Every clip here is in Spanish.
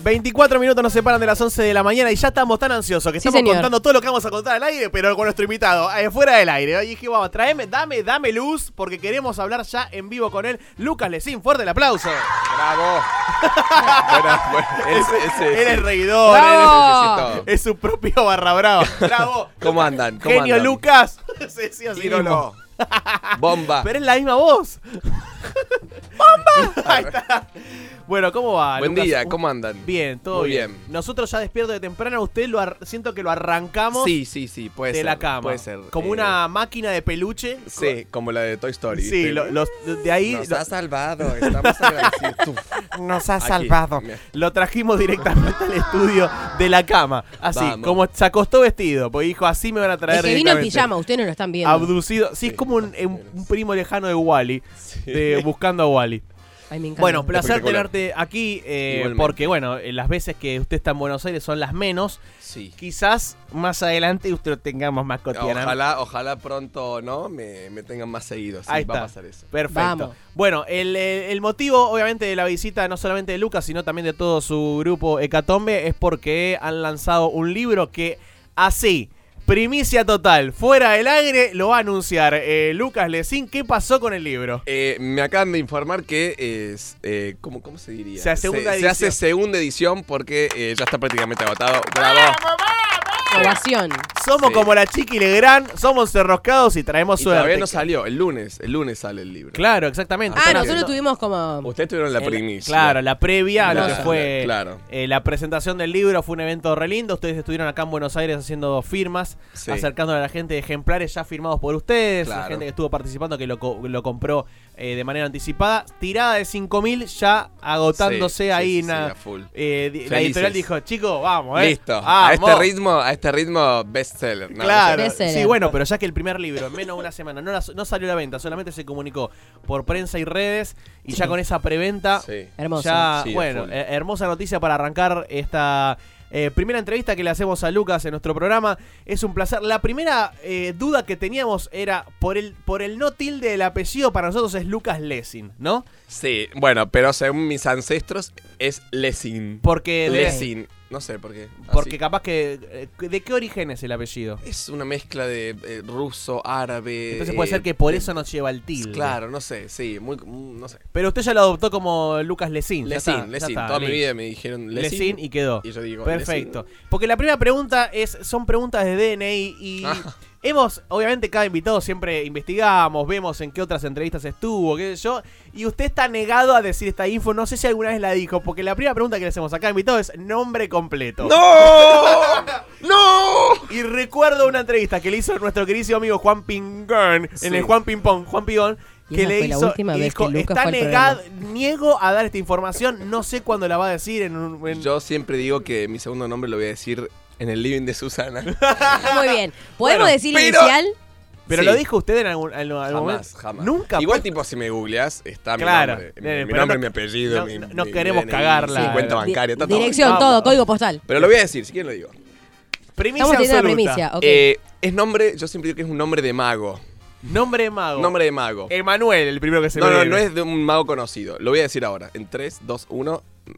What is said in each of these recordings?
24 minutos nos separan de las 11 de la mañana y ya estamos tan ansiosos que estamos contando todo lo que vamos a contar al aire, pero con nuestro invitado, fuera del aire. Y dije, vamos, dame luz, porque queremos hablar ya en vivo con él. Lucas Lessín, fuerte el aplauso. ¡Bravo! Él es reidor, es su propio barra brava. ¡Bravo! ¿Cómo andan? Genio Lucas. Se decía así Ídolo. Bomba. Pero es la misma voz. ¡Bomba! Ahí está. Bueno, ¿cómo va, Buen Lucas? día, ¿cómo andan? Bien, todo Muy bien. bien. Nosotros ya despierto de temprano, usted siento que lo arrancamos Sí, puede de ser. la cama. Puede ser. Como una máquina de peluche. Sí, como la de Toy Story. Sí, de ahí... Nos ha salvado, estamos agradecidos. Nos ha Aquí, salvado. mira. Lo trajimos directamente al estudio de la cama. Así, Vamos. como se acostó vestido, porque dijo, así me van a traer Es que vino en directamente. pijama, ustedes no lo están viendo. Abducido. Sí, es como un primo lejano de Wally, buscando a Wally. Ay, me encanta. Bueno, placer Espectacular. tenerte aquí, Igualmente. porque bueno, las veces que usted está en Buenos Aires son las menos. Sí. Quizás más adelante usted lo tengamos más cotidiana. Ojalá pronto, ¿no? Me tengan más seguidos. Sí, Ahí va a está. pasar eso. Perfecto. Vamos. Bueno, el motivo, obviamente, de la visita no solamente de Lucas, sino también de todo su grupo Hecatombe, es porque han lanzado un libro que así, primicia total, fuera del aire, lo va a anunciar Lucas Lessín. ¿Qué pasó con el libro? Me acaban de informar que es. ¿Cómo se diría? Se hace segunda se edición. hace segunda edición porque ya está prácticamente agotado. ¡Bravo! Ovación. Somos Sí. como la Chiqui Legrand, somos enroscados y traemos Y suerte. todavía no salió. El lunes sale el libro. Claro, exactamente. Ah, Están nosotros haciendo- tuvimos como... Ustedes tuvieron la primicia. Claro, la previa a lo que Claro, fue claro. La presentación del libro. Fue un evento re lindo. Ustedes estuvieron acá en Buenos Aires haciendo firmas, Sí. acercándole a la gente de ejemplares ya firmados por ustedes, la Claro. gente que estuvo participando, que lo compró de manera anticipada. Tirada de 5.000 ya agotándose Sí, ahí. sí, na- a full. la Felices. editorial dijo, chicos, vamos, Listo. Vamos. A este ritmo, bestseller. No, Claro, Bestseller. sí, bueno, pero ya que el primer libro en menos de una semana no salió a la venta, solamente se comunicó por prensa y redes, y ya con esa preventa, Sí. Hermoso. ya, Sí, bueno, full. hermosa noticia para arrancar esta primera entrevista que le hacemos a Lucas en nuestro programa. Es un placer. La primera duda que teníamos era por el no tilde del apellido, para nosotros es Lucas Lessín, ¿no? Sí, bueno, pero según mis ancestros es Lessín. Porque Lessín. No sé por qué. porque Así. capaz que ¿de qué origen es el apellido? Es una mezcla de ruso, árabe. Entonces puede ser que por eso nos lleva el tilde. Claro, no sé, sí, no sé. Pero usted ya lo adoptó como Lucas Lessín. Ya está, Lessín. ya está, Toda mi listo. vida me dijeron Lessín y quedó. Y yo digo, Perfecto. Lessín. Porque la primera pregunta son preguntas de DNI y obviamente cada invitado siempre investigamos, vemos en qué otras entrevistas estuvo, qué sé yo, y usted está negado a decir esta info, no sé si alguna vez la dijo, porque la primera pregunta que le hacemos a cada invitado es nombre completo. ¡No! ¡No! Y recuerdo una entrevista que le hizo nuestro queridísimo amigo Juan Pingón, Sí. en el Juan Ping-Pong, Juan Pigón, Y que esa le fue la hizo última y vez dijo, que Lucas está fue al negado, niego a dar esta información, no sé cuándo la va a decir en Yo siempre digo que mi segundo nombre lo voy a decir en el living de Susana. Muy bien. ¿Podemos Bueno, decir pero- inicial? Pero Sí. lo dijo usted en algún momento. Jamás. Nunca. Igual pues. tipo si me googleás, está Claro. mi nombre. Pero Mi nombre, no- mi apellido, no- mi, no mi queremos DNI, cagarla. mi cuenta bancaria, está todo. Dirección, Vamos. todo, código postal. Pero lo voy a decir, si quieren lo digo. Primicia Estamos teniendo la absoluta. primicia, ok. Es nombre, yo siempre digo que es un nombre de mago. Nombre de mago. Nombre de mago. Emanuel, el primero que se No, me no, viene. no es de un mago conocido. Lo voy a decir ahora. En 3, 2, 1.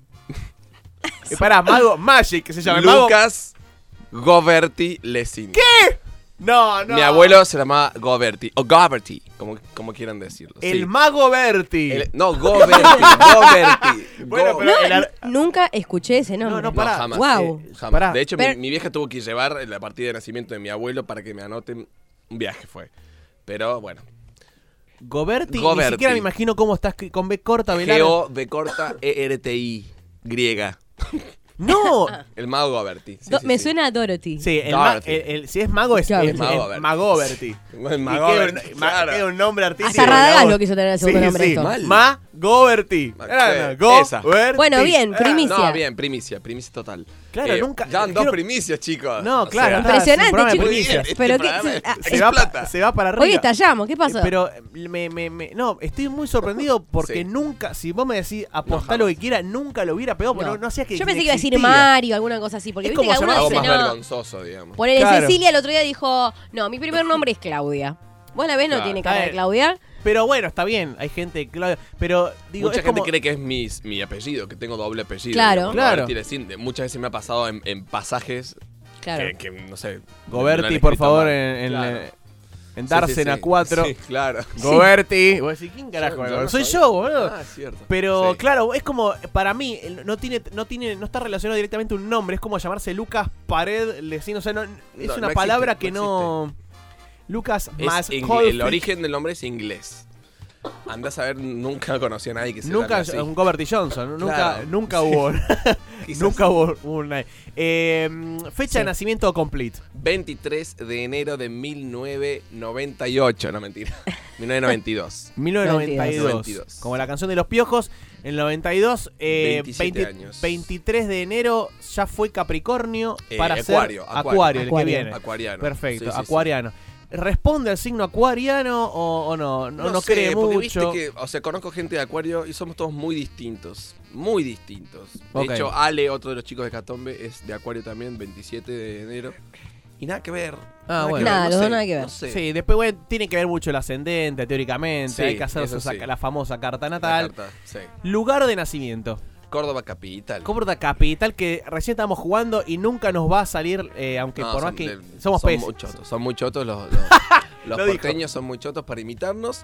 Pará, mago, Magic, que se llama mago. Lucas Goberti Lessín. ¿Qué? No, no. Mi abuelo se llamaba Goberti. O Goberti, como quieran decirlo. El sí. mago Berti. No, Goberti. Bueno, pero Nunca escuché ese nombre. No, pará. jamás. Wow. Jamás. Pará. De hecho, Pero- mi vieja tuvo que llevar la partida de nacimiento de mi abuelo para que me anoten. Un viaje fue. Pero bueno. Goberti, ni Goberti. siquiera me imagino cómo está con B corta, velar. G-O-B corta E-R-T-I. Griega. No. El mago Goberti. Sí, sí, Me sí. suena a Dorothy. Sí, Dorothy. si es mago es Goberti. es Mago Magoberti. El mago Goberti, claro. Queda un nombre artístico. Hasta Radagás ¿no? lo quiso tener el segundo nombre Sí, esto. Mal. Magoberti. Esa. Goberti. Bueno, bien, primicia. No, bien, primicia total. Claro, nunca- Ya han quiero- dos primicias, chicos. No, O claro. sea, está, es un Impresionante, programa de chicos. primicias. Pero Este qué- programa ah, es Se va, plata. se va para arriba. Hoy estallamos, ¿qué pasó? Pero no, estoy muy sorprendido porque Sí. nunca, si vos me decís apostar No, lo que quiera, nunca lo hubiera pegado, pero no hacía que Yo pensé que iba a decir existía. Mario, alguna cosa así, porque Es viste como que algunos algo dicen, más no. vergonzoso, digamos. Ponele, Claro. Cecilia el otro día dijo, no, mi primer nombre es Claudia. ¿Vos la ves? No Claro. tiene Está cara de bien. Claudia. Pero bueno, está bien, hay gente, claro, pero digo, mucha es gente como... cree que es mi apellido, que tengo doble apellido. Claro. Claro. Muchas veces me ha pasado en pasajes Claro. que no sé. Goberti, me lo por han escrito favor, mal. en Claro. en Dársena 4. Sí, claro. Goberti. Vos decís, ¿quién carajo? Yo no Soy sabía. yo, boludo. Ah, cierto. Pero Sí. claro, es como, para mí, no está relacionado directamente a un nombre, es como llamarse Lucas Pared Lecín, o sea, es No, una no palabra existe, que no no... Lucas Es más el origen del nombre es inglés. Andás a ver, nunca conocí a nadie que se llame Nunca así. un Goberty Johnson, Claro. nunca hubo Quizás. nunca hubo una fecha de Sí. nacimiento complete. 23 de enero de 1998. No, mentira. 1992. 1992. 92. Como la canción de los piojos, en el 92, 27 años. 23 de enero ya fue Capricornio para Acuario, ser Acuario, el que Acuario. viene. Acuariano. Perfecto, Sí, sí, sí. acuariano. ¿Responde al signo acuariano o no? No sé, cree porque mucho. viste que, o sea, conozco gente de Acuario y somos todos muy distintos. Muy distintos. De Ok. hecho, Ale, otro de los chicos de Catombe, es de Acuario también, 27 de enero. Y nada que ver. Ah, bueno. que ver, Nada, no los dos sé, nada que ver. no sé. Sí, después bueno, tiene que ver mucho el ascendente, teóricamente. Sí, Hay que hacer eso sí. la famosa carta La natal. carta, sí. Lugar de nacimiento. Córdoba capital. Córdoba capital, que recién estamos jugando y nunca nos va a salir, aunque No, por más son que de- somos son peces. muy chotos, son muy chotos los Lo dijo. porteños son muy chotos para imitarnos,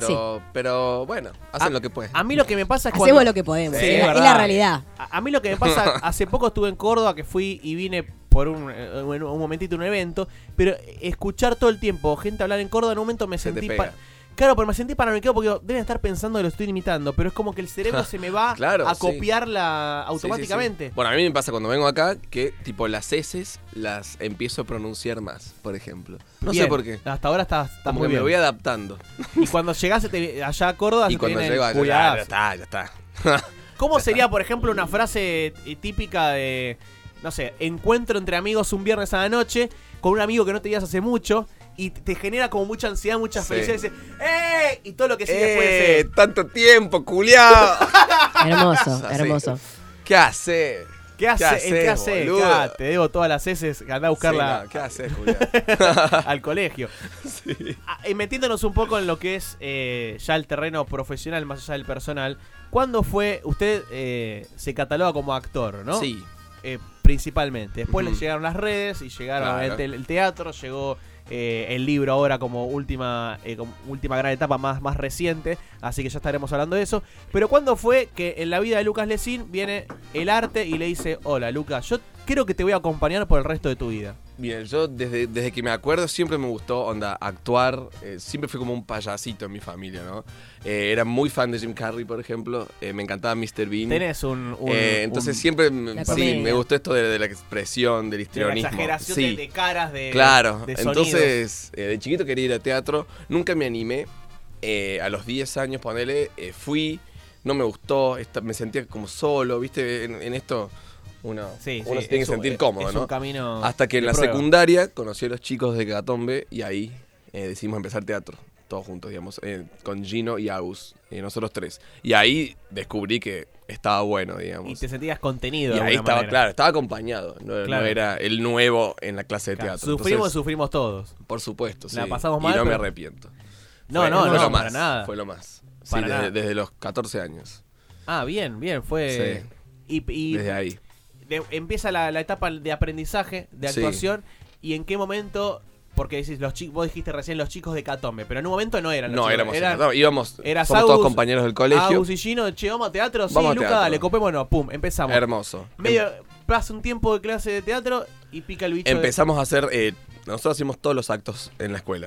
pero bueno, hacen lo que pueden. A mí lo que me pasa es Hacemos cuando... lo que podemos. Sí, es es la verdad. realidad. A mí lo que me pasa, hace poco estuve en Córdoba, que fui y vine por un momentito, un evento, pero escuchar todo el tiempo gente hablar en Córdoba, en un momento me Se te sentí... pega. Claro, pero me sentí paranoico porque digo, deben estar pensando que lo estoy imitando, pero es como que el cerebro se me va Claro, a sí. copiarla Sí, sí, automáticamente. sí. Bueno, a mí me pasa cuando vengo acá que tipo las heces las empiezo a pronunciar más, por ejemplo. No Bien. sé por qué. Hasta ahora estás Como muy que bien. me voy adaptando. Y cuando llegás allá a Córdoba, Y se te cuando viene llego el allá, cuidadazo. ya está. ¿Cómo sería, por ejemplo, una frase típica de, no sé, encuentro entre amigos un viernes a la noche con un amigo que no te veías hace mucho y te genera como mucha ansiedad, mucha Sí. felicidad y dices, ¡eh! Y todo lo que sigue puede ser. ¡Tanto tiempo, culiao! Hermoso, Así. hermoso. ¿Qué haces? ¿Qué hace? ¿Qué hace? boludo? Te debo todas las heces, andá a buscarla Sí, no, ¿qué haces, Julián? al colegio. Y metiéndonos un poco en lo que es ya el terreno profesional, más allá del personal, ¿cuándo fue, usted se cataloga como actor, ¿no? Sí. Principalmente. Después Ujú. le llegaron las redes y llegaron Claro. obviamente el teatro, llegó el libro ahora como última gran etapa más reciente, así que ya estaremos hablando de eso. Pero ¿cuándo fue que en la vida de Lucas Lecín viene el arte y le dice, hola Lucas, yo creo que te voy a acompañar por el resto de tu vida? Bien, yo desde que me acuerdo siempre me gustó actuar, siempre fui como un payasito en mi familia, ¿no? Era muy fan de Jim Carrey, por ejemplo, me encantaba Mr. Bean. Tenés Entonces siempre La sí, comedia. me gustó esto de la expresión, del de la histrionismo. exageración Sí. de caras, Claro, de sonidos. entonces de chiquito quería ir a teatro, nunca me animé, a los 10 años, ponele, fui, no me gustó, me sentía como solo, viste, en esto uno Sí, se sí, tiene que es un- sentir cómodo, es ¿no? un camino Hasta que en de la prueba. secundaria conocí a los chicos de Catombe y ahí decidimos empezar teatro, todos juntos, digamos, con Gino y Agus, nosotros tres. Y ahí descubrí que estaba bueno, digamos. Y te sentías contenido. Y de ahí alguna estaba, manera. claro, estaba acompañado, no Claro. era el nuevo en la clase de Claro, teatro. sufrimos, Entonces, sufrimos todos. por supuesto, sí. La pasamos y mal, no me pero- arrepiento. No, Fue- no, fue no, lo para más, nada. Fue lo más. Sí, Para nada. desde los 14 años. Ah, bien, fue... Y Desde ahí. empieza la etapa de aprendizaje, de Sí. actuación, y en qué momento, porque decís, vos dijiste recién los chicos de Catombe, pero en un momento no eran los No, chicos, éramos. eran No, íbamos. eras Somos todos Agus- compañeros del colegio. Agus y Gino, che, vamos a teatro, sí, Vamos a Luca, teatro. dale, copémonos, pum, empezamos. Hermoso. Medio, pasa un tiempo de clase de teatro y pica el bicho. Empezamos a hacer. Nosotros hacíamos todos los actos en la escuela.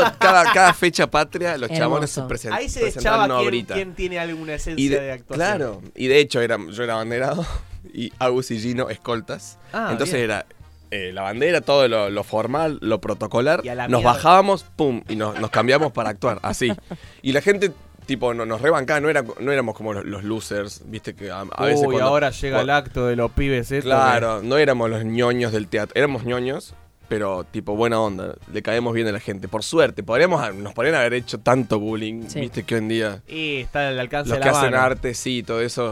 Cada fecha patria, los Hermoso. chabones se presentaban. Ahí se deschaba una quién, obrita. quién tiene alguna esencia Y de actuación. claro, y de hecho yo era abanderado y Agus y Gino escoltas. Ah, Entonces bien. era la bandera, todo lo formal, lo protocolar. Y a la Nos mierda. bajábamos, pum, y nos cambiamos para actuar, así. Y la gente, tipo, nos rebancaba, no éramos como los losers, viste que a veces. Uy, ahora llega el acto de los pibes estos. Claro, no éramos los ñoños del teatro, éramos ñoños. Pero, tipo, buena onda, le caemos bien a la gente. Por suerte, nos podrían haber hecho tanto bullying, Sí. viste que hoy en día Y está al alcance los de que la hacen mano. arte, sí, todo eso,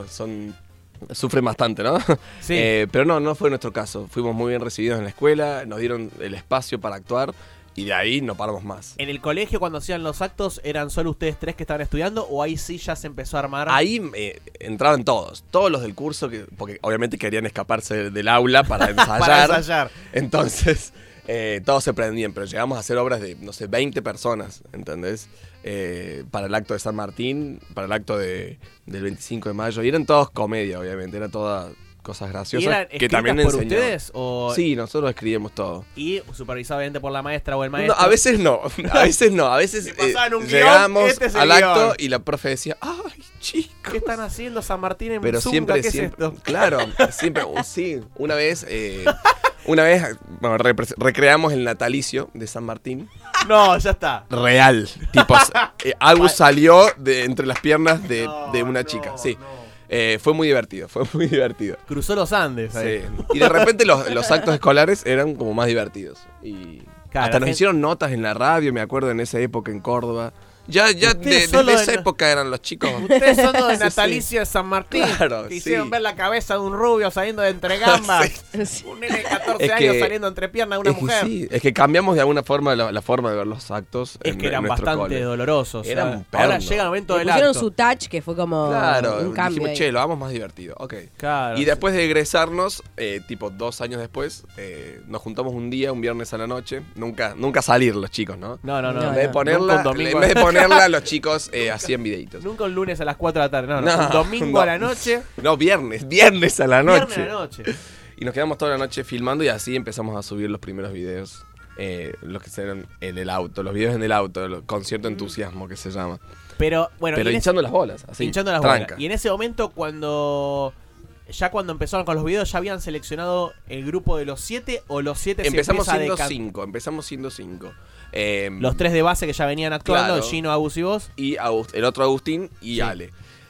sufren bastante, ¿no? Sí. Pero no fue nuestro caso. Fuimos muy bien recibidos en la escuela, nos dieron el espacio para actuar Y de ahí no paramos más. ¿En el colegio cuando hacían los actos eran solo ustedes 3 que estaban estudiando o ahí sí ya se empezó a armar? Ahí entraban todos los del curso, porque obviamente querían escaparse del aula para ensayar. Para ensayar. Entonces, todos se prendían, pero llegamos a hacer obras de, no sé, 20 personas, ¿entendés? Para el acto de San Martín, para el acto del 25 de mayo. Y eran todos comedia, obviamente, era todas cosas graciosas. ¿Y eran que también por enseñaban. ustedes? O... Sí, nosotros escribimos todo. ¿Y supervisado obviamente por la maestra o el maestro? No, a veces no, a veces llegamos al acto y la profe decía, ¡ay, chicos! ¿Qué están haciendo San Martín en Pero Zunga? siempre, ¿Qué es esto? Claro, siempre, sí, una vez, bueno, recreamos el natalicio de San Martín. No, ya está. Real, tipo, algo salió de entre las piernas de una chica, sí. No. Fue muy divertido. Cruzó los Andes ahí. Sí. Y de repente los actos escolares eran como más divertidos. Y claro, hasta nos hicieron notas en la radio, me acuerdo, en esa época en Córdoba. Ya desde esa época eran los chicos. Ustedes son los de natalicio de San Martín. Claro, que hicieron ver la cabeza de un rubio saliendo de entre gambas. Un nene de 14 años saliendo entre piernas de una mujer. Sí, es que cambiamos de alguna forma la forma de ver los actos. Es que eran bastante dolorosos. Eran ahora llega el momento del pusieron acto. Su touch, que fue como un cambio. Dijimos, che, lo hagamos más divertido. Ok. Claro, y después de egresarnos, tipo 2 años después, nos juntamos un día, un viernes a la noche. Nunca salir los chicos, ¿no? No. En vez de ponerla, los chicos hacían videitos. Nunca un lunes a las 4 de la tarde, no. Un domingo a la noche. No, viernes a la noche. Viernes a la noche. Y nos quedamos toda la noche filmando y así empezamos a subir los primeros videos. Los que eran en el auto, los videos en el auto, el concierto entusiasmo que se llama. Pero bueno, hinchando las bolas, así. Hinchando las bolas. Y en ese momento cuando empezaron con los videos, ¿ya habían seleccionado el grupo de los 7 o los 7 empezamos se empieza a empezamos siendo 5. Los 3 de base que ya venían actuando, claro. Gino, Agus y vos. Y el otro Agustín y sí. Ale.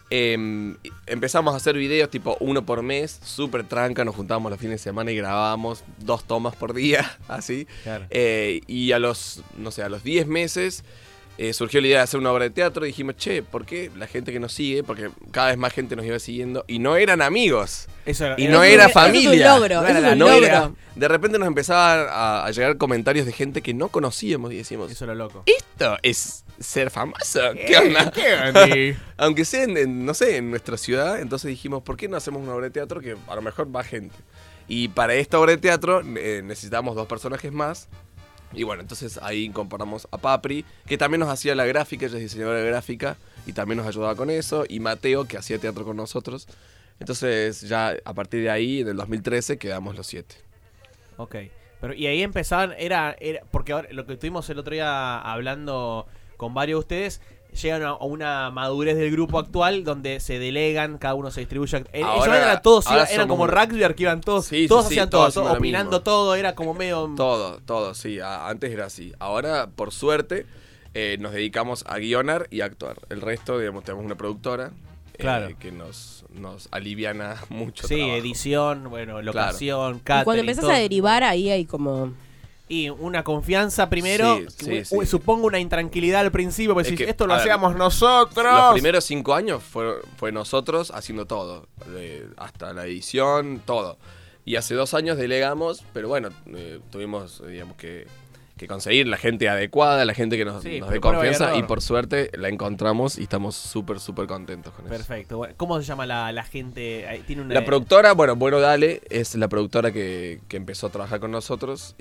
Empezamos a hacer videos tipo 1 por mes, súper tranca, nos juntábamos los fines de semana y grabábamos 2 tomas por día, así. Claro. Y a los 10 meses surgió la idea de hacer una obra de teatro y dijimos, che, ¿por qué la gente que nos sigue? Porque cada vez más gente nos iba siguiendo y no eran amigos. No era familia. Eso es un logro. De repente nos empezaban a llegar comentarios de gente que no conocíamos y decimos, eso era loco. Esto es ser famoso. ¿Qué onda? ¿Qué? Aunque sea en nuestra ciudad, entonces dijimos, ¿por qué no hacemos una obra de teatro que a lo mejor va gente? Y para esta obra de teatro necesitamos 2 personajes más. Y bueno, entonces ahí incorporamos a Papri, que también nos hacía la gráfica, ella es diseñadora de gráfica y también nos ayudaba con eso, y Mateo, que hacía teatro con nosotros. Entonces ya a partir de ahí, en el 2013, quedamos los 7. Ok, y ahí empezaban, era porque ahora, lo que estuvimos el otro día hablando con varios de ustedes, llegan a una madurez del grupo actual donde se delegan, cada uno se distribuye. Ellos eran todos, eran como rugby, que iban todos, todos hacían todo, opinando todo, era como medio... Todo, sí, antes era así. Ahora, por suerte, nos dedicamos a guionar y a actuar. El resto, digamos, tenemos una productora claro. Que nos aliviana mucho sí, trabajo. Edición, bueno, locación, catering. Y cuando empezás a derivar, ahí hay como... Y una confianza primero, sí. Supongo una intranquilidad al principio, porque si esto lo hacíamos hacíamos nosotros. Los primeros 5 años fue nosotros haciendo todo, hasta la edición, todo. Y hace 2 años delegamos, pero bueno, tuvimos, digamos, que conseguir la gente adecuada, la gente que nos dé confianza, y por suerte la encontramos y estamos súper contentos con eso. Perfecto. Bueno, ¿cómo se llama la gente? ¿Tiene una... La productora, bueno, Dale es la productora que empezó a trabajar con nosotros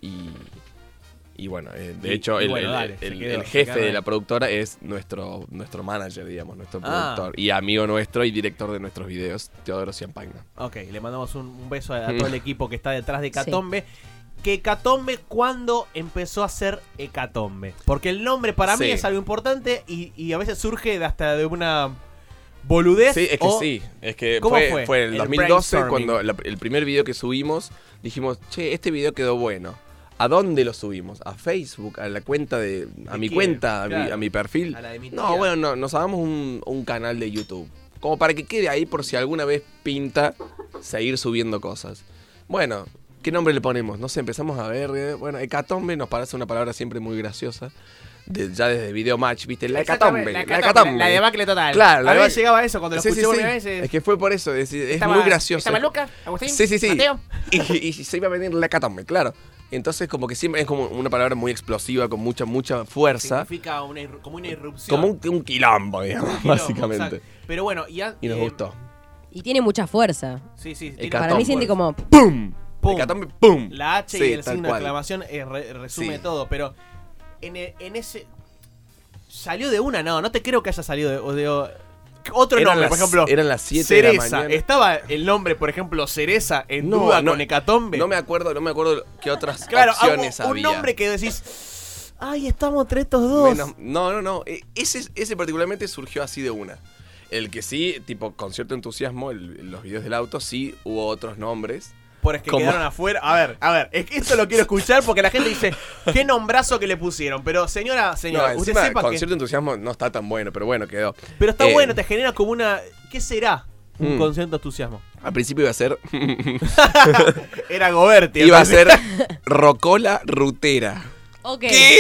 y bueno, de hecho el jefe de la productora es nuestro manager, digamos, nuestro productor y amigo nuestro y director de nuestros videos, Teodoro Ciampagna. Ok, le mandamos un beso a todo el equipo que está detrás de Hecatombe. Sí. Que Hecatombe, ¿cuándo empezó a ser Hecatombe? Porque el nombre para mí es algo importante y a veces surge hasta de una boludez. Sí, es que fue en el 2012 cuando el primer video que subimos, dijimos, che, este video quedó bueno. ¿A dónde lo subimos? ¿A Facebook? ¿A la cuenta a mi cuenta? Claro. ¿A mi perfil? A la de mi tía. No, bueno, nos hagamos un canal de YouTube. Como para que quede ahí por si alguna vez pinta seguir subiendo cosas. Bueno, ¿qué nombre le ponemos? No sé, empezamos a ver. Bueno, Hecatombe nos parece una palabra siempre muy graciosa. Ya desde Video Match, ¿viste? La Hecatombe. La debacle total. Claro, a mí llegaba eso cuando lo escuché una vez. Es que fue por eso, es muy gracioso. ¿Estaba Lucas? ¿Agustín? Sí. ¿Mateo? Y se iba a venir la Hecatombe, claro. Entonces como que siempre es como una palabra muy explosiva, con mucha fuerza. Significa como una irrupción. Como un quilombo, digamos, básicamente. Exacto. Pero bueno, y nos gustó. Y tiene mucha fuerza. Sí. Para mí siente como... ¡Pum! ¡Pum! Hecatombe, ¡pum! La H Sí, y el tal signo de cual. exclamación resume Sí. todo, pero en ese... ¿Salió de una? No te creo que haya salido de otro nombre, por ejemplo. Eran las 7 Cereza. de la mañana. ¿Estaba el nombre, por ejemplo, Cereza en No, duda no, con Hecatombe? No me acuerdo qué otras Claro, opciones un había. nombre que decís... Ay, estamos entre estos dos. No. Ese particularmente surgió así de una. El que sí, tipo concierto entusiasmo, los videos del auto, sí hubo otros nombres. Por es que ¿Cómo? quedaron afuera. A ver, es que esto lo quiero escuchar porque la gente dice, qué nombrazo que le pusieron. Pero señora, No, usted encima, sepa que... concierto entusiasmo no está tan bueno, pero bueno, quedó. Pero está bueno, te genera como una... ¿Qué será un concierto entusiasmo? Al principio iba a ser... Era Goberti. iba a ser Rocola Rutera. Ok.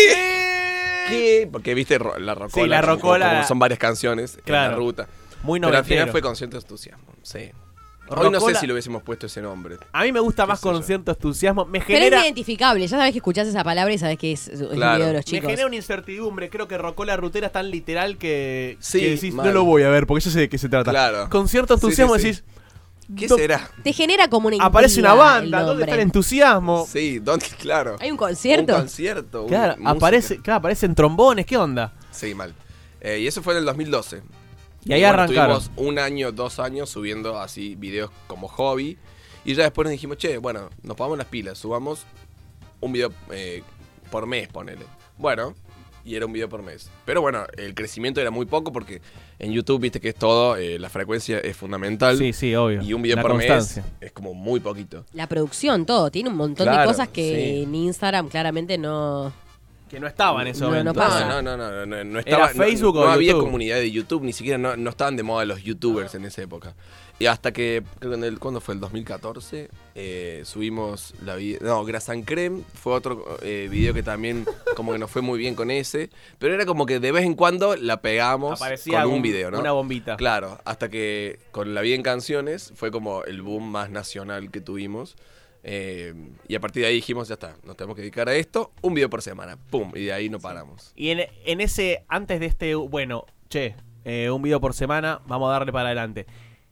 ¿Qué? Porque viste la Rocola. Sí, la Rocola. Como son varias canciones Claro. en la ruta. Muy Pero al noventero. final fue concierto entusiasmo, sí. Hoy no sé Rocola- si le hubiésemos puesto ese nombre. A mí me gusta más sé yo. concierto entusiasmo. Me Pero genera... es identificable. Ya sabes que escuchás esa palabra y sabes que es el Claro. video de los Me chicos. genera una incertidumbre. Creo que Rocola Rutera es tan literal que Sí, decís, mal. no lo voy a ver porque yo sé de qué se trata. Claro. Concierto entusiasmo Sí. decís, ¿Qué Do- será? Te genera como una aparece una intriga banda, el ¿dónde nombre. está el entusiasmo? Sí, ¿dónde? Claro. ¿Hay un concierto? Un concierto. Claro, música. aparecen trombones, ¿qué onda? Sí, mal. Y eso fue en el 2012. Y ahí bueno, arrancaron. Tuvimos 1 año, 2 años subiendo así videos como hobby. Y ya después nos dijimos, che, bueno, nos pongamos las pilas, subamos un video por mes, ponele. Bueno, y era un video por mes. Pero bueno, el crecimiento era muy poco porque en YouTube, viste que es todo, la frecuencia es fundamental. Sí, obvio. Y un video La por constancia. mes es como muy poquito. La producción, todo. Tiene un montón de Claro, cosas que sí. en Instagram claramente no... Que no estaba en ese No, momento. no pasa. No estaba, Facebook no o había YouTube? comunidad de YouTube, ni siquiera no estaban de moda los YouTubers en esa época. Y hasta que, creo que ¿cuándo fue? El 2014, subimos Grasan Creme, fue otro video que también como que nos fue muy bien con ese. Pero era como que de vez en cuando la pegamos Aparecía con un video, ¿no? una bombita. Claro, hasta que con La Vida en Canciones fue como el boom más nacional que tuvimos. Y a partir de ahí dijimos, ya está, nos tenemos que dedicar a esto, un video por semana, pum, y de ahí no paramos. Y en ese, antes de este, bueno, un video por semana, vamos a darle para adelante.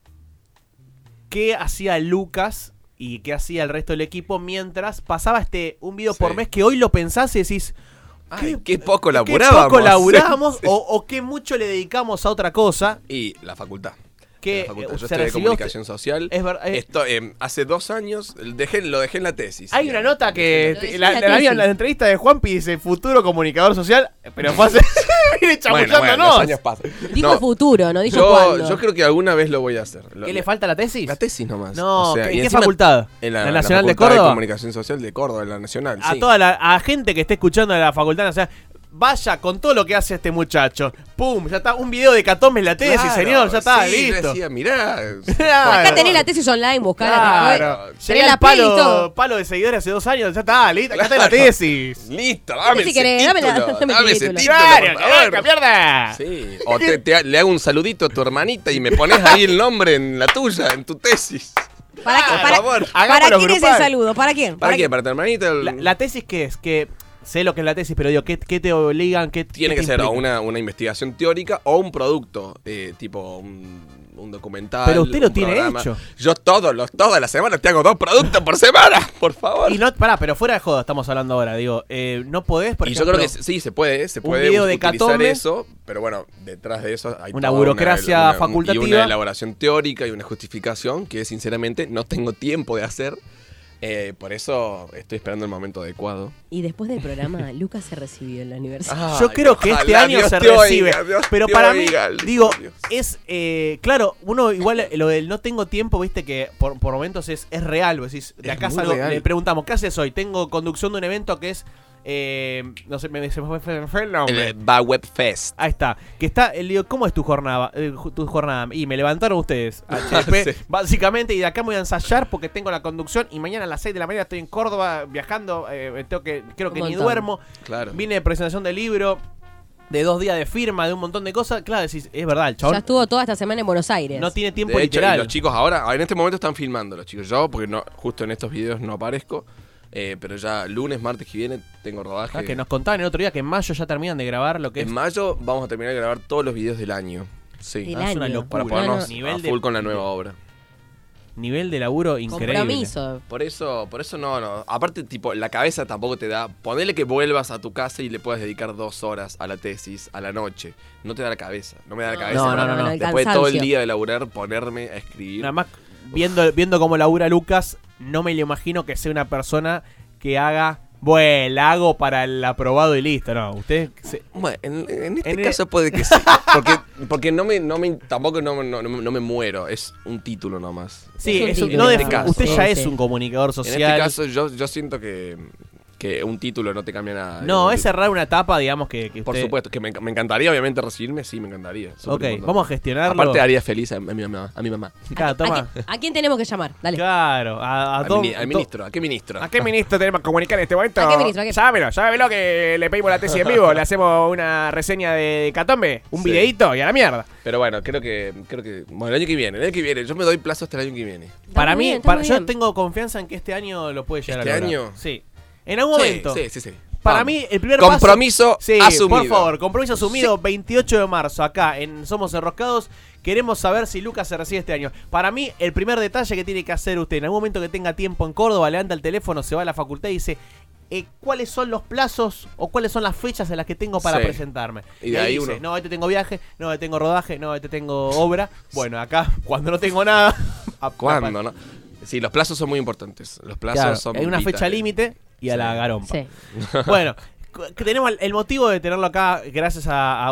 ¿Qué hacía Lucas y qué hacía el resto del equipo mientras pasaba un video por Sí. mes que hoy lo pensás y decís, Ay, qué poco qué laburábamos. poco laburábamos Sí. o qué mucho le dedicamos a otra cosa? Y la facultad. Que La facultad. Yo se estudié recibió comunicación social. Es verdad. Esto, hace 2 años lo dejé en la tesis. Hay una nota que Lo decía la la tesis. entrevista de Juanpi dice futuro comunicador social, pero fue hace viene Bueno, chamullándonos. los años pasan. Dijo No, futuro, no dijo cuándo. yo creo que alguna vez lo voy a hacer. ¿Qué le falta a la tesis? La tesis nomás. No, O sea, ¿en y qué encima facultad? En ¿La la Nacional de Facultad Córdoba? Comunicación Social de Córdoba, en la Nacional. A sí. toda a gente que esté escuchando de la facultad, o sea, vaya con todo lo que hace este muchacho. Pum, ya está, un video de Hecatombe en la tesis, Claro, señor, ya está, sí, yo listo. decía, mirá. Acá tenés la tesis online, buscala. Claro, Tenés llegué la al peli y todo. palo de seguidores hace 2 años, ya está, listo, acá está la Claro. tesis. Listo, dame Si ese querés, título. dame el ese título. título, Claro, por favor. que mierda. Sí, o le hago un saludito a tu hermanita y me pones ahí el nombre en la tuya, en tu tesis. ¿Para, Ah, qué? por favor. ¿Para Hagámoslo quién es el grupal. saludo? ¿Para quién? ¿Para qué? ¿Para tu hermanita? La tesis, ¿qué es? Que sé lo que es la tesis, pero digo, ¿qué te obligan? Tiene qué que te ser o implica? una investigación teórica o un producto, tipo un documental. Pero usted lo un tiene programa. hecho. Yo todas las semanas te hago 2 productos por semana, por favor. Y no, pará, pero fuera de joda estamos hablando ahora, digo, no podés, por Y ejemplo, yo creo que sí, se puede video de utilizar Hecatombe. eso, pero bueno, detrás de eso hay Una toda burocracia facultativa. y una elaboración teórica y una justificación que sinceramente no tengo tiempo de hacer. Por eso estoy esperando el momento adecuado. Y después del programa, Lucas se recibió en la universidad. yo creo que este Ojalá año Dios se te recibe. oiga, Dios Pero te para mí, oiga, digo, Dios. es claro, uno igual lo del no tengo tiempo, viste que por momentos es real. Vos decís, de Es acá muy salgo, real. le preguntamos, ¿qué haces hoy? Tengo conducción de un evento que es no sé, se me fue el nombre. El Web Fest. Ahí está. Que está, le digo, ¿cómo es tu jornada? Y me levantaron ustedes, HP, Sí. básicamente, y de acá me voy a ensayar porque tengo la conducción y mañana a las 6 de la mañana estoy en Córdoba viajando, creo que Un ni montón. duermo. Claro. Vine de presentación del libro, de 2 días de firma, de un montón de cosas. Claro, decís, es verdad, el Ya chabón estuvo toda esta semana en Buenos Aires. no tiene tiempo De hecho, y literal. los chicos ahora, en este momento están filmando los chicos. Yo, porque no, justo en estos videos no aparezco, Pero ya lunes, martes que viene tengo rodaje. Que nos contaban el otro día que en mayo ya terminan de grabar lo que es. En mayo vamos a terminar de grabar todos los videos del año. Sí. Del Es una año. locura. Para ponernos Nivel a de- full con la nueva obra. Nivel de laburo increíble. Compromiso. Por eso no. Aparte, tipo, la cabeza tampoco te da. Ponele que vuelvas a tu casa y le puedas dedicar 2 horas a la tesis, a la noche. No te da la cabeza. No me da la cabeza. No. el Después de todo el cansancio. día de laburar, ponerme a escribir. Nada más viendo cómo labura Lucas, no me lo imagino que sea una persona que haga, bueno, la hago para el aprobado y listo. No, usted Bueno, en este En el- caso puede que sí. Porque tampoco no me muero. Es un título nomás. sí, Es un eso título, no en defi- este caso. usted ya Sí, es sí. un comunicador En social. este caso yo siento que un título no te cambia nada. No, Digamos, es cerrar una etapa, digamos que usted... Por supuesto, que me encantaría obviamente recibirme, sí, me encantaría. Ok, Superimportante. vamos a gestionarlo. Aparte haría feliz a mi mamá. Claro, toma. ¿A quién tenemos que llamar? Dale. Claro, Al ministro, ¿a qué ministro? ¿A qué ministro tenemos que comunicar en este momento? ¿A qué ministro? ¿A qué? Llámelo que le pedimos la tesis en vivo, le hacemos una reseña de Catombe, un Sí. videíto y a la mierda. Pero bueno, creo que bueno, el año que viene, yo me doy plazo hasta el año que viene. Está Para muy mí, bien, está muy yo bien. tengo confianza en que este año lo puede llegar ¿Este a lograr. año? Sí. En algún momento. Sí. Para Vamos. mí, el primer Compromiso paso... Sí, asumido. por favor, compromiso asumido, 28 de marzo, acá en Somos Enroscados. Queremos saber si Lucas se recibe este año. Para mí, el primer detalle que tiene que hacer usted, en algún momento que tenga tiempo en Córdoba, levanta el teléfono, se va a la facultad y dice... ¿cuáles son los plazos o cuáles son las fechas en las que tengo para Sí. presentarme? Y de ahí dice, uno. no, tengo viaje, no, tengo rodaje, no, tengo obra. Bueno, acá, cuando no tengo nada... ¿Cuándo, no? Sí, los plazos son muy importantes. Los plazos Claro, son hay una fecha vitales. límite y a Sí. la garompa. Sí. Bueno, que tenemos el motivo de tenerlo acá, gracias a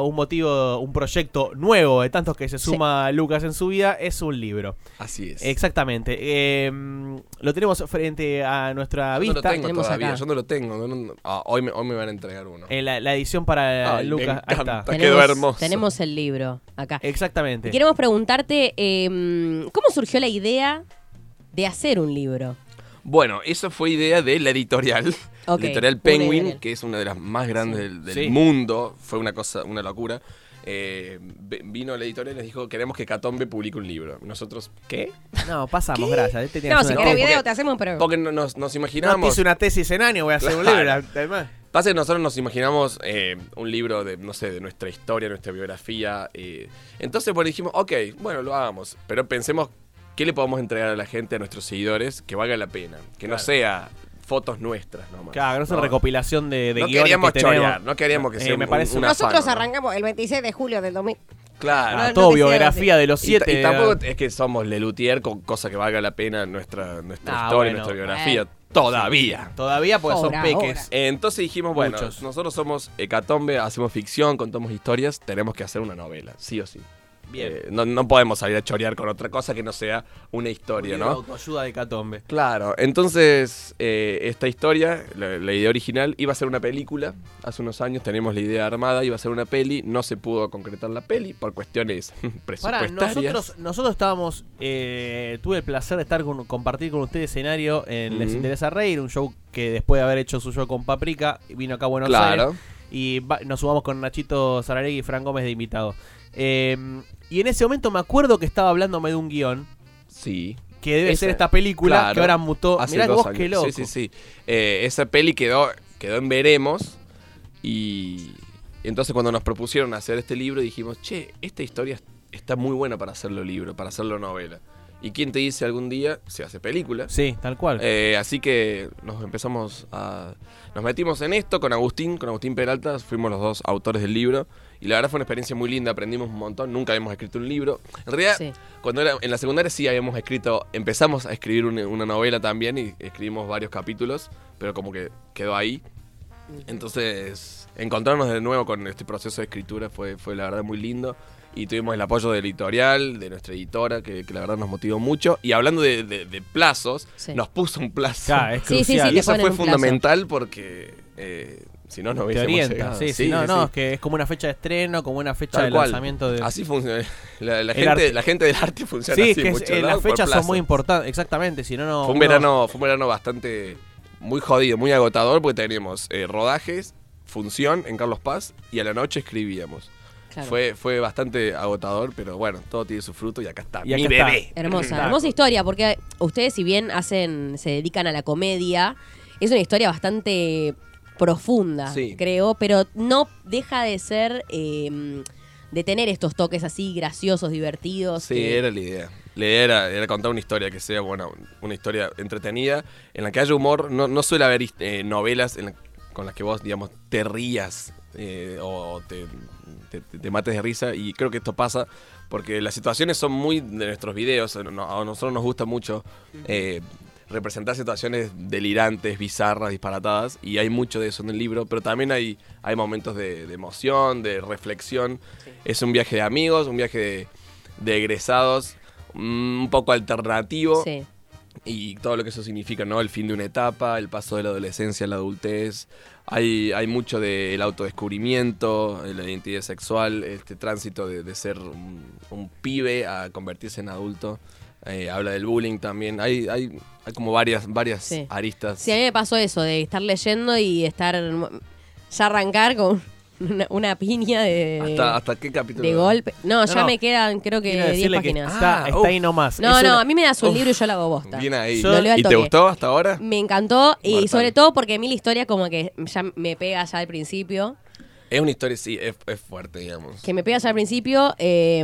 un proyecto nuevo de tantos que se suma Lucas en su vida, es un libro. Así es. Exactamente. Lo tenemos frente a nuestra Yo no lo vista. tengo tenemos todavía, acá. yo no lo tengo. Hoy me van a entregar uno. La edición para Ay, me Lucas. Ahí encanta. está. Quedó hermoso. Tenemos el libro acá. Exactamente. Queremos preguntarte, ¿cómo surgió la idea de hacer un libro? Bueno, eso fue idea de la editorial. Ok, La editorial una Penguin, editorial. que es una de las más grandes del Sí. mundo. Fue una locura. Vino la editorial y les dijo, queremos que Catombe publique un libro. Nosotros, ¿qué? No, pasamos, gracias. Este tiene No, que si ser querés una- video porque- te hacemos, pero... Porque nos No te imaginamos... hice una tesis en año, voy a hacer un Claro. libro. Además. Pasa que nosotros nos imaginamos un libro de, no sé, de nuestra historia, nuestra biografía. Entonces, bueno, dijimos, ok, bueno, lo hagamos. Pero pensemos, ¿qué le podemos entregar a la gente, a nuestros seguidores, que valga la pena? Que no Claro. sea fotos nuestras nomás. Claro, no es una No. recopilación de No guiones queríamos que tenemos. chorear, no queríamos que sea me parece un Nosotros afano, ¿no? arrancamos el 26 de julio del 2000. Claro. Ah, No, todo te biografía de los Y 7. y tampoco es que somos Lelutier con cosa que valga la pena nuestra Ah, historia, bueno. nuestra biografía. Todavía. Todavía porque son Ahora, peques. Entonces dijimos, bueno, Muchos. nosotros somos Hecatombe, hacemos ficción, contamos historias, tenemos que hacer una novela, sí o sí. Bien. No podemos salir a chorear con otra cosa que no sea una historia, ¿no? Autoayuda de Catombe. Claro, entonces esta historia, la idea original, iba a ser una película. Hace unos años teníamos la idea armada, iba a ser una peli, no se pudo concretar la peli por cuestiones Pará, presupuestarias. nosotros estábamos. Tuve el placer de compartir con ustedes escenario en Les Ujú. Interesa Reír, un show que después de haber hecho su show con Paprika, vino acá a Buenos Aires. Claro, Y nos sumamos con Nachito Saralegui y Fran Gómez de invitado. Y en ese momento me acuerdo que estaba hablándome de un guión sí. que debe Esa- ser esta película claro, que ahora mutó. Hace Mirá 2 vos años. qué loco. Sí. Esa peli quedó en veremos y entonces cuando nos propusieron hacer este libro dijimos, che, esta historia está muy buena para hacerlo libro, para hacerlo novela. ¿Y quién te dice algún día se hace película? Sí, tal cual. Así que nos metimos en esto con Agustín Peralta, fuimos los dos autores del libro y la verdad fue una experiencia muy linda, aprendimos un montón, nunca habíamos escrito un libro. En realidad, Sí. cuando era en la secundaria sí empezamos a escribir una novela también y escribimos varios capítulos, pero como que quedó ahí. Entonces, encontrarnos de nuevo con este proceso de escritura fue la verdad muy lindo. Y tuvimos el apoyo del editorial, de nuestra editora, que la verdad nos motivó mucho. Y hablando de plazos, Sí. nos puso un plazo. Claro, es Sí, sí, crucial. sí, Y te eso ponen fue un plazo. fundamental porque si no, no Te hubiésemos orienta, llegado. sí, no, es que es como una fecha de estreno, como una fecha Tal de cual. lanzamiento de... Así funciona. La El arte. gente del arte funciona Sí, así que mucho, ¿no? las Por fechas son plazo. muy importantes, exactamente, si no, no... Fue un verano bastante muy jodido, muy agotador, porque teníamos rodajes, función en Carlos Paz y a la noche escribíamos. Claro. Fue bastante agotador, pero bueno, todo tiene su fruto y acá está. Y mi acá bebé. está. Hermosa, Claro. hermosa historia, porque ustedes si bien se dedican a la comedia, Es una historia bastante profunda, Sí. creo, pero no deja de ser, de tener estos toques así graciosos, divertidos. Sí, era la idea. La idea era contar una historia que sea, bueno, una historia entretenida, en la que haya humor. No suele haber novelas con las que vos, digamos, te rías o te mates de risa, y creo que esto pasa porque las situaciones son muy de nuestros videos. A nosotros nos gusta mucho representar situaciones delirantes, bizarras, disparatadas, y hay mucho de eso en el libro, pero también hay momentos de emoción, de reflexión. Sí. Es un viaje de amigos, un viaje de egresados, un poco alternativo. Sí. Y todo lo que eso significa, ¿no? El fin de una etapa, el paso de la adolescencia a la adultez. Hay mucho del autodescubrimiento, de la identidad sexual, este tránsito de ser un pibe a convertirse en adulto. Habla del bullying también. Hay como varias sí. aristas. Sí, a mí me pasó eso, de estar leyendo y ya arrancar con una piña de... ¿Hasta qué capítulo? De golpe. No, ya me quedan, creo que 10 páginas. Está ahí nomás. No, a mí me das un libro y yo lo hago bosta. Bien ahí. ¿Y te gustó hasta ahora? Me encantó, Mortal. y sobre todo porque a mí la historia como que ya me pega ya al principio. Es una historia, sí, es fuerte, digamos. Que me pega ya al principio,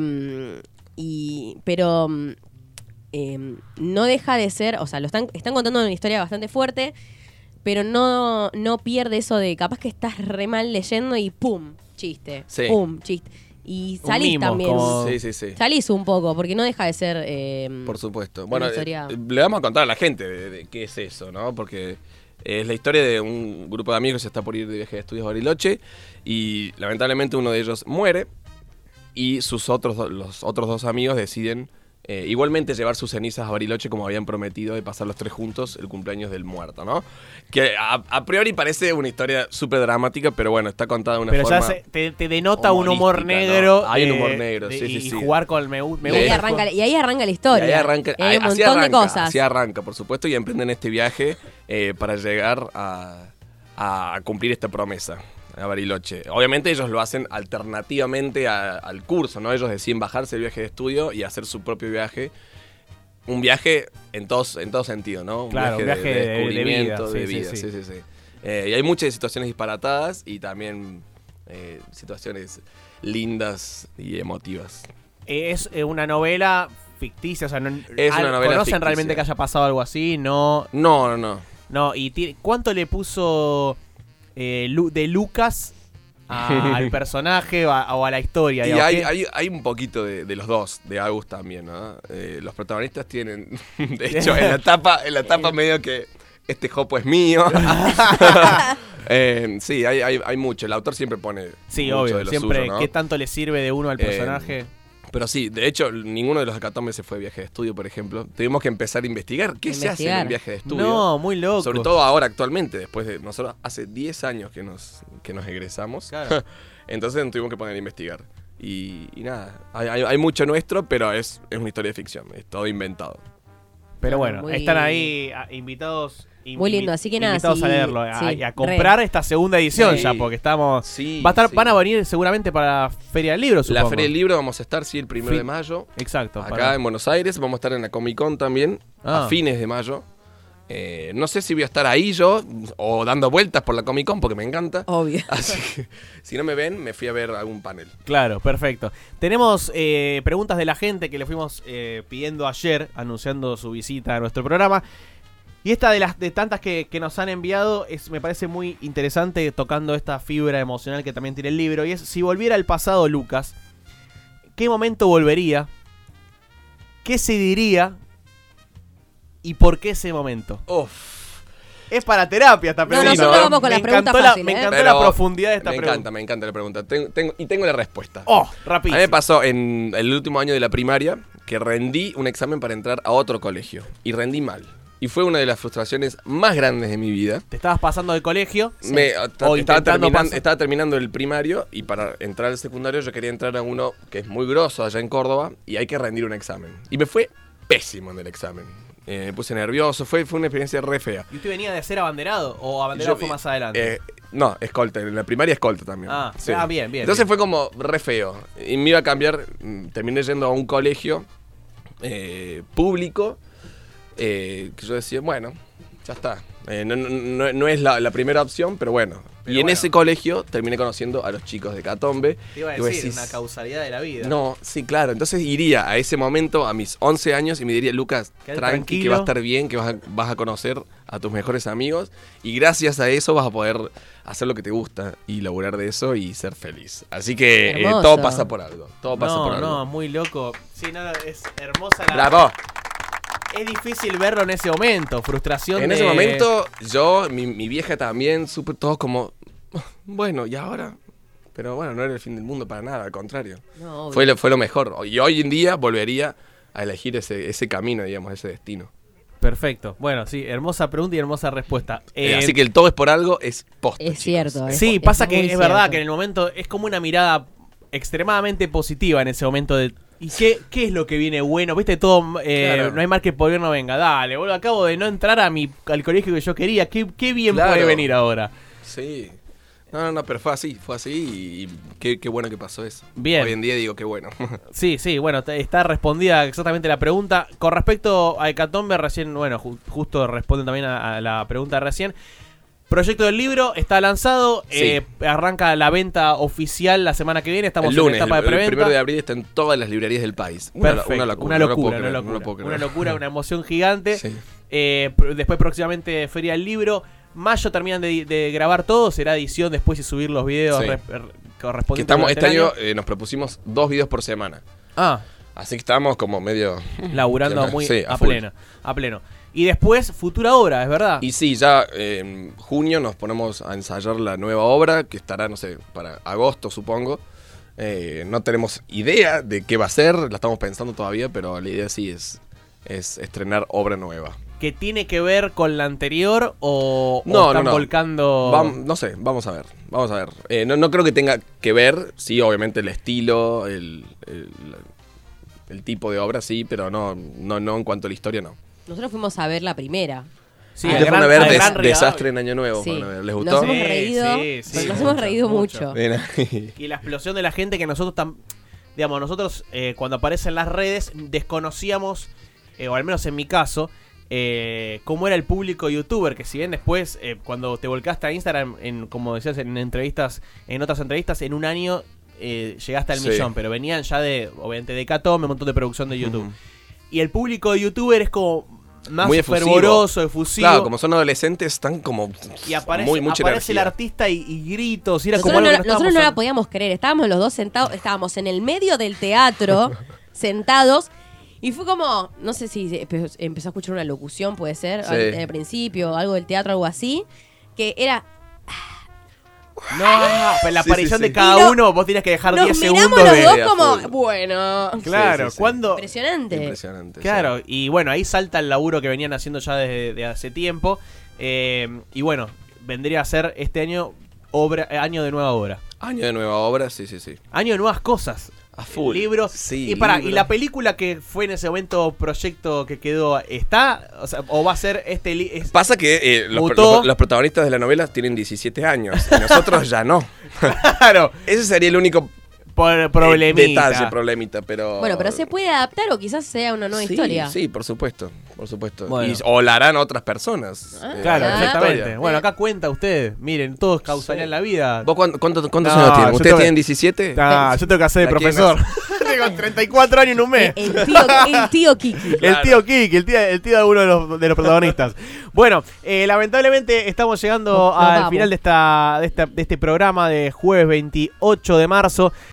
pero no deja de ser, o sea, están contando una historia bastante fuerte, pero no pierde eso de capaz que estás re mal leyendo y ¡pum! Chiste. Sí. ¡Pum! Chiste. Y salís también. Sí. Salís un poco, porque no deja de ser... por supuesto. Bueno, historia... le vamos a contar a la gente de qué es eso, ¿no? Porque es la historia de un grupo de amigos que se está por ir de viaje de estudios a Bariloche, y lamentablemente uno de ellos muere, y los otros dos amigos deciden igualmente llevar sus cenizas a Bariloche, como habían prometido, de pasar los tres juntos el cumpleaños del muerto, ¿no? Que a priori parece una historia súper dramática, pero bueno, está contada de una forma... Pero ya te denota un humor negro. ¿No? Hay un humor negro, sí. Y jugar con el me gusta. Y ahí arranca la historia. Y ahí arranca, hay un montón de cosas. Así arranca, por supuesto, y emprenden este viaje para llegar a cumplir esta promesa a Bariloche. Obviamente ellos lo hacen alternativamente al curso, ¿no? Ellos deciden bajarse el viaje de estudio y hacer su propio viaje. Un viaje en todo sentido, ¿no? Un claro, viaje de descubrimiento, de vida. Sí. Y hay muchas situaciones disparatadas y también situaciones lindas y emotivas. Es una novela ficticia, o sea, es una novela ¿conocen ficticia. Realmente que haya pasado algo así? No. No. ¿Y cuánto le puso de Lucas al personaje o a la historia? Y hay un poquito de los dos, de Agus también, ¿no? Los protagonistas tienen, de hecho, en la etapa medio que este jopo es mío. Sí, hay mucho. El autor siempre pone mucho obvio, de lo siempre suyo, ¿no? ¿Qué tanto le sirve de uno al personaje? Pero sí, de hecho, ninguno de los hecatombes se fue de viaje de estudio, por ejemplo. Tuvimos que empezar a investigar qué se hace en un viaje de estudio. No, muy loco. Sobre todo ahora, actualmente, después de nosotros hace 10 años que nos egresamos. Claro. Entonces nos tuvimos que poner a investigar. Y nada, hay mucho nuestro, pero es una historia de ficción, es todo inventado. Pero bueno, están ahí invitados. Muy lindo, así que nada. Invitados a leerlo, a comprar esta segunda edición ya, porque estamos... Sí, van a venir seguramente para la Feria del Libro, supongo. La Feria del Libro vamos a estar, el 1 de mayo. Exacto. Acá en Buenos Aires, vamos a estar en la Comic Con también, a fines de mayo. No sé si voy a estar ahí yo o dando vueltas por la Comic Con porque me encanta. Obvio. Así que si no me ven, me fui a ver algún panel. Claro, perfecto. Tenemos preguntas de la gente que le fuimos pidiendo ayer, anunciando su visita a nuestro programa. Y esta de tantas que nos han enviado me parece muy interesante, tocando esta fibra emocional que también tiene el libro. Y es, si volviera al pasado Lucas, ¿qué momento volvería? ¿Qué se diría? ¿Y por qué ese momento? Es para terapia esta pregunta. No, nosotros vamos con las preguntas fáciles. Me encantó la profundidad de esta pregunta. Me encanta la pregunta. Tengo la respuesta. Rapidísimo. A mí me pasó en el último año de la primaria que rendí un examen para entrar a otro colegio. Y rendí mal. Y fue una de las frustraciones más grandes de mi vida. ¿Te estabas pasando de colegio? Sí. Estaba terminando el primario y para entrar al secundario yo quería entrar a uno que es muy grosso allá en Córdoba y hay que rendir un examen. Y me fue pésimo en el examen. Me puse nervioso, fue una experiencia re fea. ¿Y usted venía de ser abanderado o abanderado fue más adelante? No, escolta, en la primaria escolta también. Sí. Bien. Entonces fue como re feo. Y me iba a cambiar, terminé yendo a un colegio público. Que yo decía, bueno, Ya está. No es la primera opción, pero bueno. Pero y en bueno. ese colegio terminé conociendo a los chicos de Hecatombe. Te iba a Y vos decir, decís, una causalidad de la vida. no, sí, claro. Entonces iría a ese momento, a mis 11 años, y me diría, Lucas, Quédate tranqui, tranquilo. que va a estar bien, que vas a conocer a tus mejores amigos. Y gracias a eso vas a poder hacer lo que te gusta y laburar de eso y ser feliz. Así que Hermoso. todo pasa por algo. Todo pasa por algo. No, muy loco. Sí, no, es hermosa la... ¡Bravo! Es difícil verlo en ese momento, frustración En de... ese momento, yo, mi vieja también, supe todos como, bueno, ¿y ahora? Pero bueno, no era el fin del mundo para nada, al contrario. No, Fue lo mejor. Y hoy en día volvería a elegir ese camino, digamos, ese destino. Perfecto. Bueno, sí, hermosa pregunta y hermosa respuesta. Así que el todo es por algo es posta. Es chicos. cierto. Sí, es pasa muy que es cierto. verdad que en el momento es como una mirada extremadamente positiva en ese momento de... ¿Y qué es lo que viene bueno? ¿Viste? Todo, Claro. no hay mal que por bien no venga. Dale, boludo, acabo de no entrar al colegio que yo quería. ¿Qué bien Claro. puede venir ahora? Sí. No, pero fue así y qué bueno que pasó eso. Bien. Hoy en día digo qué bueno. Sí, bueno, está respondida exactamente la pregunta. Con respecto a Hecatombe, recién, bueno, justo responden también a la pregunta recién. Proyecto del libro está lanzado, Sí. Arranca la venta oficial la semana que viene, estamos El lunes, en etapa de el preventa. 1 de abril está en todas las librerías del país. Perfecto, Una locura, no lo puedo creer. Una locura, una emoción gigante. Sí. Después próximamente Feria del Libro. Mayo terminan de grabar todo, será edición después y subir los videos Sí. correspondientes. Que estamos, durante este el año nos propusimos 2 videos por semana. Ah, Así que estamos como medio... laburando muy Sí, a full. pleno. Y después, futura obra, ¿es verdad? Y sí, ya en junio nos ponemos a ensayar la nueva obra, que estará, no sé, para agosto supongo. No tenemos idea de qué va a ser, la estamos pensando todavía, pero la idea sí es estrenar obra nueva. ¿Que tiene que ver con la anterior o No, están no. volcando? No sé, vamos a ver. No creo que tenga que ver, sí, obviamente el estilo, el tipo de obra, sí, pero no en cuanto a la historia, no. Nosotros fuimos a ver la primera. Sí, Ustedes al fueron a gran- ver al gran Rivadavia. Desastre en Año Nuevo. Sí. fueron a ver. ¿Les Nos gustó? hemos reído, pero nos hemos reído mucho. Bien ahí. Y la explosión de la gente que nosotros digamos, nosotros cuando aparecen las redes desconocíamos, o al menos en mi caso, cómo era el público youtuber, que si bien después, cuando te volcaste a Instagram, como decías en otras entrevistas, en un año llegaste al Sí. millón, pero venían ya obviamente de Hecatombe, un montón de producción de YouTube. Ujú. Y el público youtuber es como más Muy efusivo. fervoroso, efusivo. Claro, como son adolescentes, están como Y aparece, muy mucha aparece el energía. artista y gritos, y era Nosotros, como algo no, que nosotros estábamos no la en- podíamos creer. Estábamos los dos sentados, estábamos en el medio del teatro, sentados. Y fue como, no sé si empezó a escuchar una locución, puede ser, Sí. en el principio, algo del teatro, algo así. Que era, No, pero la Sí, aparición sí, de sí. cada Y no- uno, vos tienes que dejar nos 10 miramos segundos los de... dos de a como, full. bueno, Claro, Sí, sí, sí. cuando... impresionante. Impresionante. Claro, y bueno, ahí salta el laburo que venían haciendo ya desde de hace tiempo. Y bueno, vendría a ser este año año de nueva obra. Año de nueva obra, sí. Año de nuevas cosas. A full. Libros. Sí, y para, libro. ¿y la película que fue en ese momento proyecto que quedó, está? O sea, ¿o va a ser Pasa que Mutó. los protagonistas de la novela tienen 17 años y nosotros ya no. Claro, Ese sería el único problemita. problemita, pero... Bueno, pero se puede adaptar o quizás sea una nueva Sí, historia. Sí, por supuesto. Bueno. O la harán otras personas. Ah, Claro, Ah. exactamente. historia. Bueno, acá cuenta usted. Miren, todos causarían la vida. ¿Vos cuántos No, años yo tienen? ¿Ustedes tengo- tienen 17? Ah, yo tengo que hacer de ¿A quién profesor. Tengo 34 años en un mes. El tío Kiki. El tío Kiki, el tío de uno de los protagonistas. Bueno, lamentablemente estamos llegando Nos al vamos. final de este programa de jueves 28 de marzo.